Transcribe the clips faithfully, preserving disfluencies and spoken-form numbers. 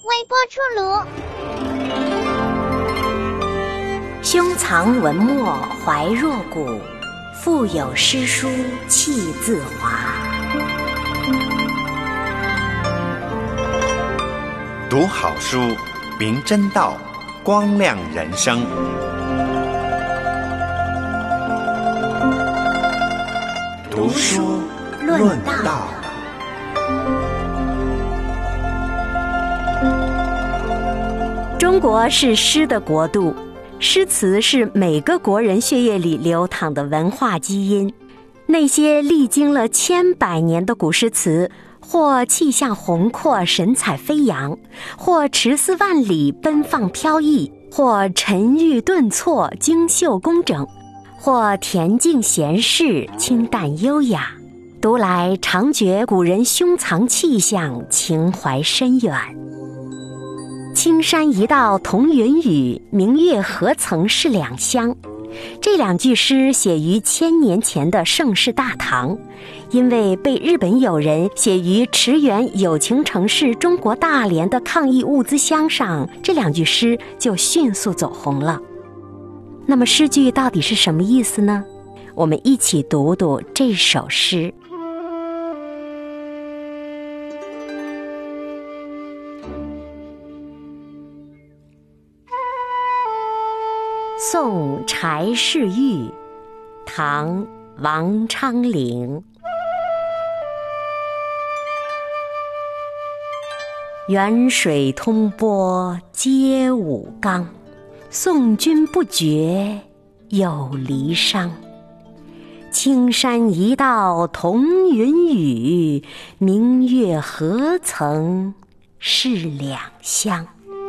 微波出炉。 胸藏文墨怀若谷，腹有诗书气自华。 读好书，明真道，光亮人生。读书论道。 中国是诗的国度，诗词是每个国人血液里流淌的文化基因。那些历经了千百年的古诗词，或气象宏阔神采飞扬，或驰思万里奔放飘逸，或沉郁顿挫精秀工整，或恬静闲适清淡优雅，读来常觉古人胸藏气象，情怀深远。青山一道同云雨，明月何曾是两乡。这两句诗写于千年前的盛世大唐，因为被日本友人写于驰援有情城市中国大连的抗疫物资箱上，这两句诗就迅速走红了。那么诗句到底是什么意思呢？我们一起读读这首诗。送柴氏玉，唐·王昌龄。远水通波接武冈，送君不觉有离殇。青山一道同云雨，明月何曾是两乡。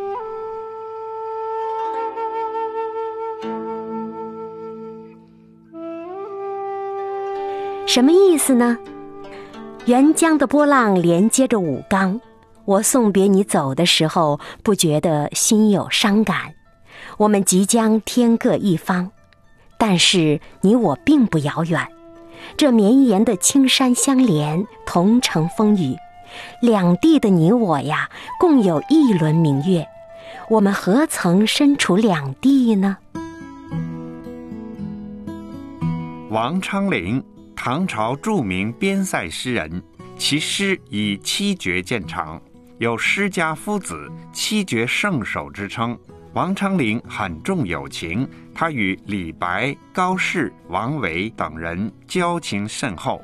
什么意思呢？沅江的波浪连接着武冈，我送别你走的时候，不觉得心有伤感。我们即将天各一方，但是你我并不遥远。这绵延的青山相连，同乘风雨，两地的你我呀，共有一轮明月。我们何曾身处两地呢？ 王昌龄，唐朝著名边塞诗人，其诗以七绝见长，有诗家夫子、七绝圣手之称。王昌龄很重友情，他与李白、高适、王维等人交情甚厚。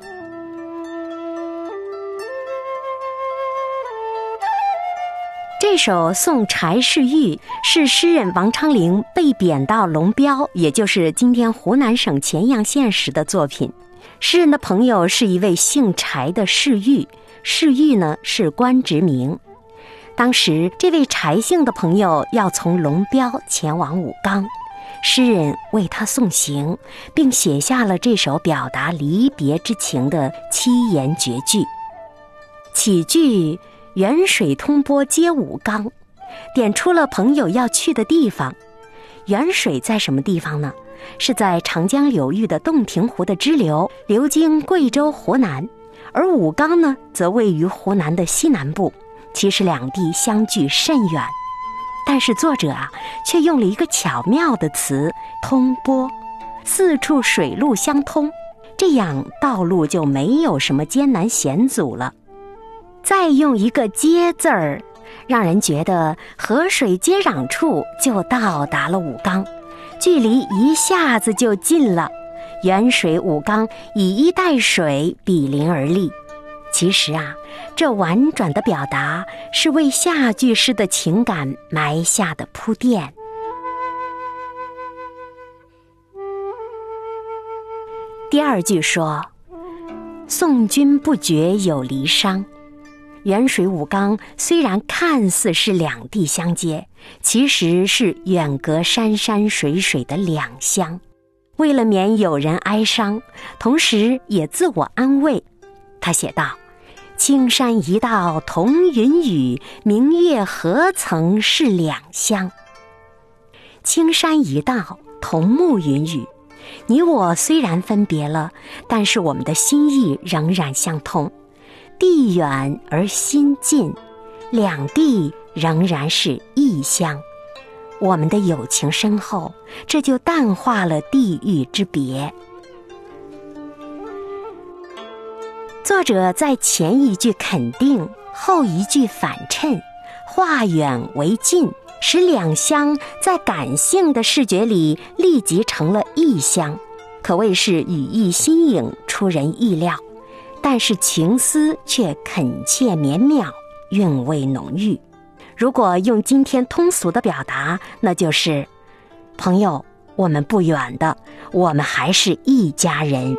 这首《送柴氏玉》是诗人王昌龄被贬到龙标，也就是今天湖南省乾阳县时的作品。诗人的朋友是一位姓柴的氏玉，氏玉呢是官职名。当时这位柴姓的朋友要从龙标前往武冈，诗人为他送行，并写下了这首表达离别之情的七言绝句。起句远水通波接武冈，点出了朋友要去的地方。远水在什么地方呢？是在长江流域的洞庭湖的支流，流经贵州、湖南，而武冈呢，则位于湖南的西南部。其实两地相距甚远，但是作者啊，却用了一个巧妙的词“通波”，四处水路相通，这样道路就没有什么艰难险阻了。再用一个“接”字儿，让人觉得河水接壤处就到达了武冈，距离一下子就近了。远水武冈以一带水，比邻而立。其实啊，这婉转的表达是为下句诗的情感埋下的铺垫。第二句说：送君不觉有离殇。远水武冈虽然看似是两地相接，其实是远隔山山水水的两乡。为了免友人哀伤，同时也自我安慰，他写道：青山一道同云雨，明月何曾是两乡。青山一道，同沐云雨，你我虽然分别了，但是我们的心意仍然相通。地远而心近， 两地仍然是异乡。我们的友情深厚，这就淡化了地域之别。作者在前一句肯定，后一句反衬，化远为近，使两乡在感性的视觉里立即成了异乡，可谓是语意新颖，出人意料。但是情思却恳切绵邈，韵味浓郁。如果用今天通俗的表达，那就是朋友，我们不远的，我们还是一家人。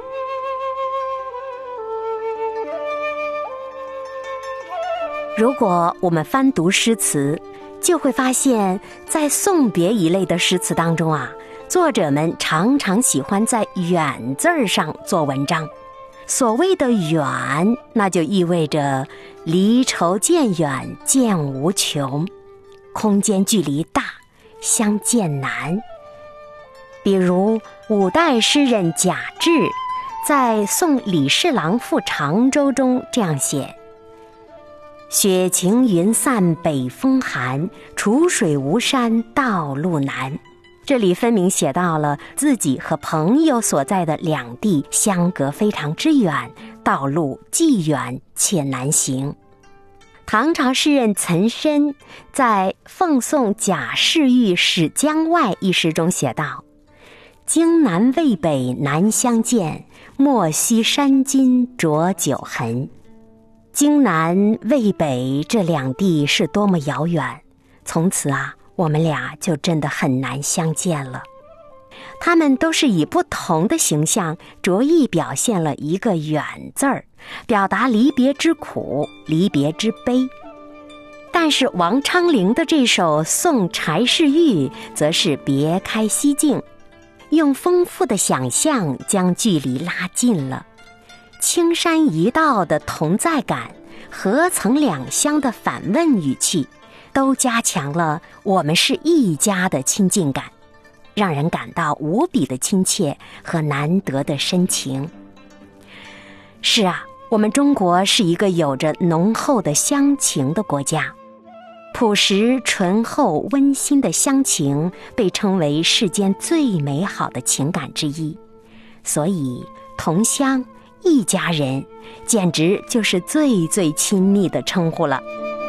如果我们翻读诗词，就会发现在送别一类的诗词当中啊，作者们常常喜欢在远字儿上做文章。所谓的远，那就意味着离愁渐远，渐无穷，空间距离大，相见难。比如五代诗人贾至在送李侍郎赴常州中这样写：雪晴云散北风寒，楚水无山道路难。这里分明写到了自己和朋友所在的两地相隔非常之远，道路既远且难行。唐朝诗人岑参在奉送贾士玉使江外一诗中写道：京南渭北难相见，莫惜山金着酒痕。京南渭北这两地是多么遥远，从此啊我们俩就真的很难相见了。他们都是以不同的形象着意表现了一个远字儿，表达离别之苦，离别之悲。但是王昌龄的这首《送柴氏玉》则是别开蹊径，用丰富的想象将距离拉近了。青山一道的同在感，何曾两乡的反问语气，都加强了我们是一家的亲近感，让人感到无比的亲切和难得的深情。是啊，我们中国是一个有着浓厚的乡情的国家，朴实醇厚温馨的乡情被称为世间最美好的情感之一，所以同乡一家人简直就是最最亲密的称呼了。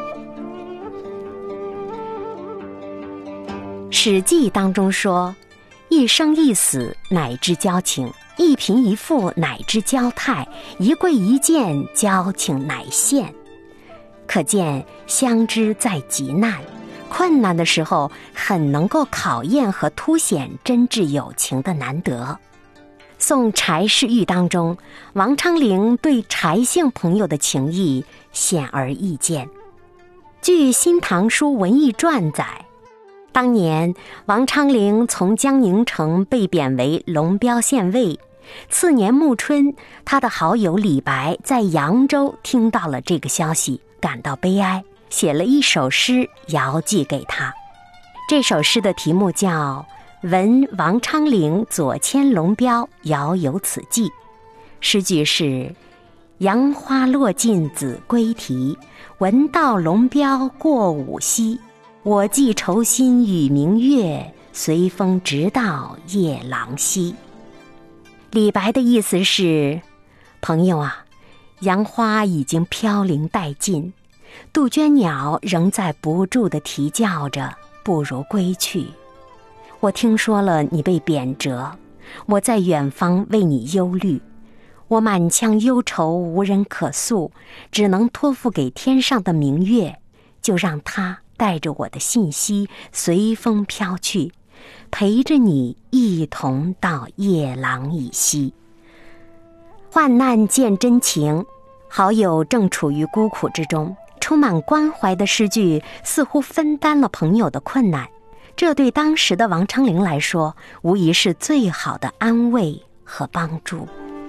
史记当中说，一生一死乃知交情，一贫一富乃知交态，一贵一贱交情乃现。可见相知在急难，困难的时候很能够考验和凸显真挚友情的难得。送柴氏玉当中，王昌龄对柴姓朋友的情谊显而易见。据《新唐书文艺传》载，当年王昌龄从江宁城被贬为龙标县尉，次年暮春，他的好友李白在扬州听到了这个消息，感到悲哀，写了一首诗遥寄给他。这首诗的题目叫《闻王昌龄左迁龙标，遥有此寄》。诗句是：杨花落尽子规啼，闻道龙标过五溪。我寄愁心与明月，随风直到夜郎西。李白的意思是，朋友啊，杨花已经飘零殆尽，杜鹃鸟仍在不住地啼叫着，不如归去。我听说了你被贬谪，我在远方为你忧虑，我满腔忧愁无人可诉，只能托付给天上的明月，就让它带着我的信息随风飘去，陪着你一同到夜郎以西。患难见真情，好友正处于孤苦之中，充满关怀的诗句似乎分担了朋友的困难，这对当时的王昌龄来说，无疑是最好的安慰和帮助。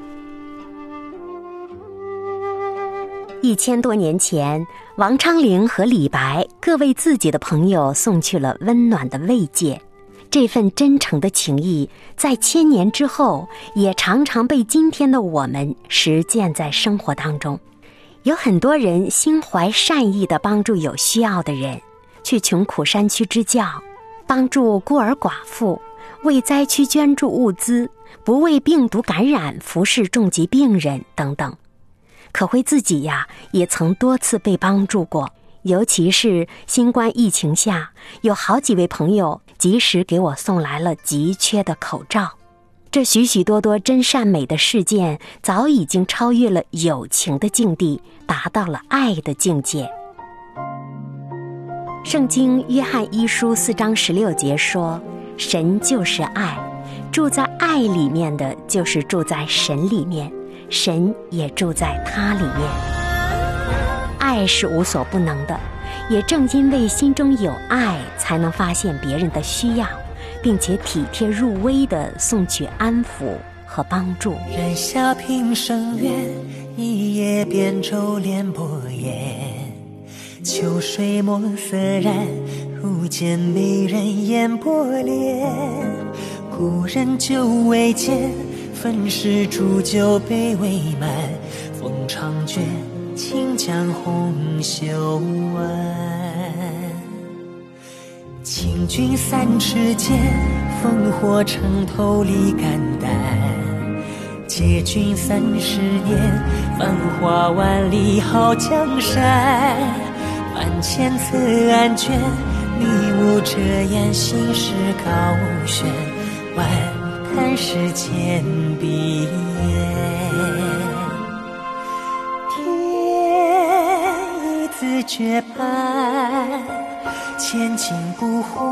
一千多年前，王昌龄和李白各为自己的朋友送去了温暖的慰藉，这份真诚的情谊在千年之后也常常被今天的我们实践在生活当中。 有很多人心怀善意地帮助有需要的人，去穷苦山区支教，帮助孤儿寡妇，为灾区捐助物资，不为病毒感染服侍重疾病人等等。可慧自己呀，也曾多次被帮助过，尤其是新冠疫情下，有好几位朋友及时给我送来了急缺的口罩。这许许多多真善美的事件，早已经超越了友情的境地，达到了爱的境界。圣经约翰一书四章十六节说，神就是爱，住在爱里面的就是住在神里面，神也住在他里面。爱是无所不能的，也正因为心中有爱，才能发现别人的需要，并且体贴入微地送去安抚和帮助。 人下平生缘，一叶扁舟连波烟，秋水墨色染，如见美人烟波涟。故人久未见，分时煮酒杯未满，风长卷，轻将红袖挽。请君三尺剑，烽火城头立肝胆。借君三十年，繁华万里好江山。万千册案卷，你无遮掩，心事高悬。万看世间笔眼，天意自绝判，千金不换。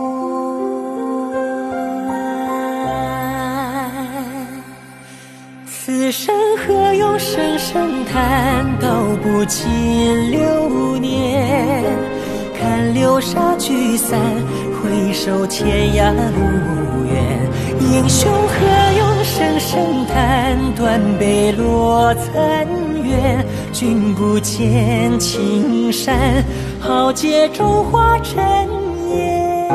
此生何用声声叹，道不尽流年。看流沙聚散，回首天涯路远。英雄何用声声叹，断碑落残垣。君不见青山，豪杰中华尘烟。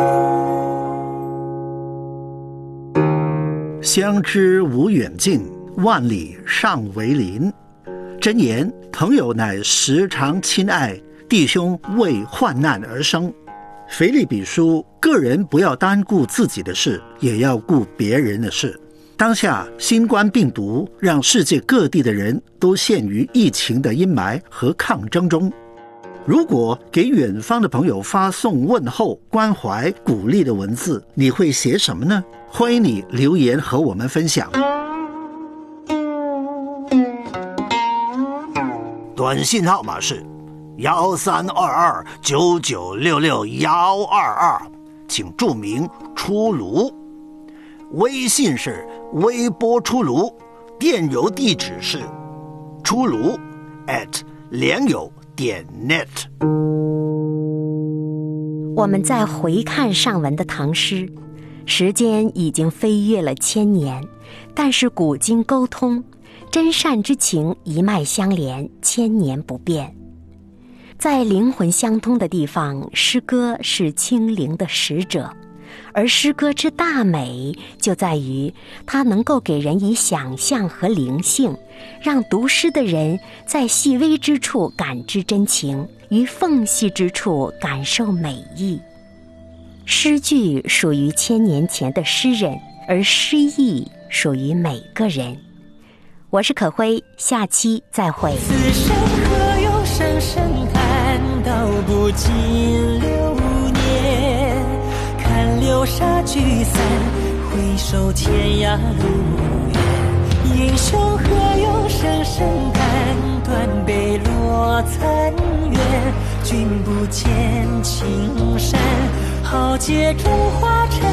相知无远近，万里尚为邻。箴言：朋友乃时常亲爱，弟兄为患难而生。腓立比书，个人不要单顾自己的事，也要顾别人的事。当下新冠病毒让世界各地的人都陷于疫情的阴霾和抗争中。如果给远方的朋友发送问候、关怀、鼓励的文字，你会写什么呢？欢迎你留言和我们分享。短信号码是幺三二二九九六六幺二二，请注明出炉。微信是微波出炉，电邮地址是出炉 at 联友点 net。 我们再回看上文的唐诗，时间已经飞越了千年，但是古今沟通，真善之情一脉相连，千年不变。在灵魂相通的地方，诗歌是清灵的使者，而诗歌之大美就在于它能够给人以想象和灵性，让读诗的人在细微之处感知真情，于缝隙之处感受美意。诗句属于千年前的诗人，而诗意属于每个人。我是可辉，下期再会。 此生何用声声叹，道不尽流年。看流沙聚散，回首天涯路远。英雄何用声声叹，断碑落残垣。君不见青山，豪杰中华尘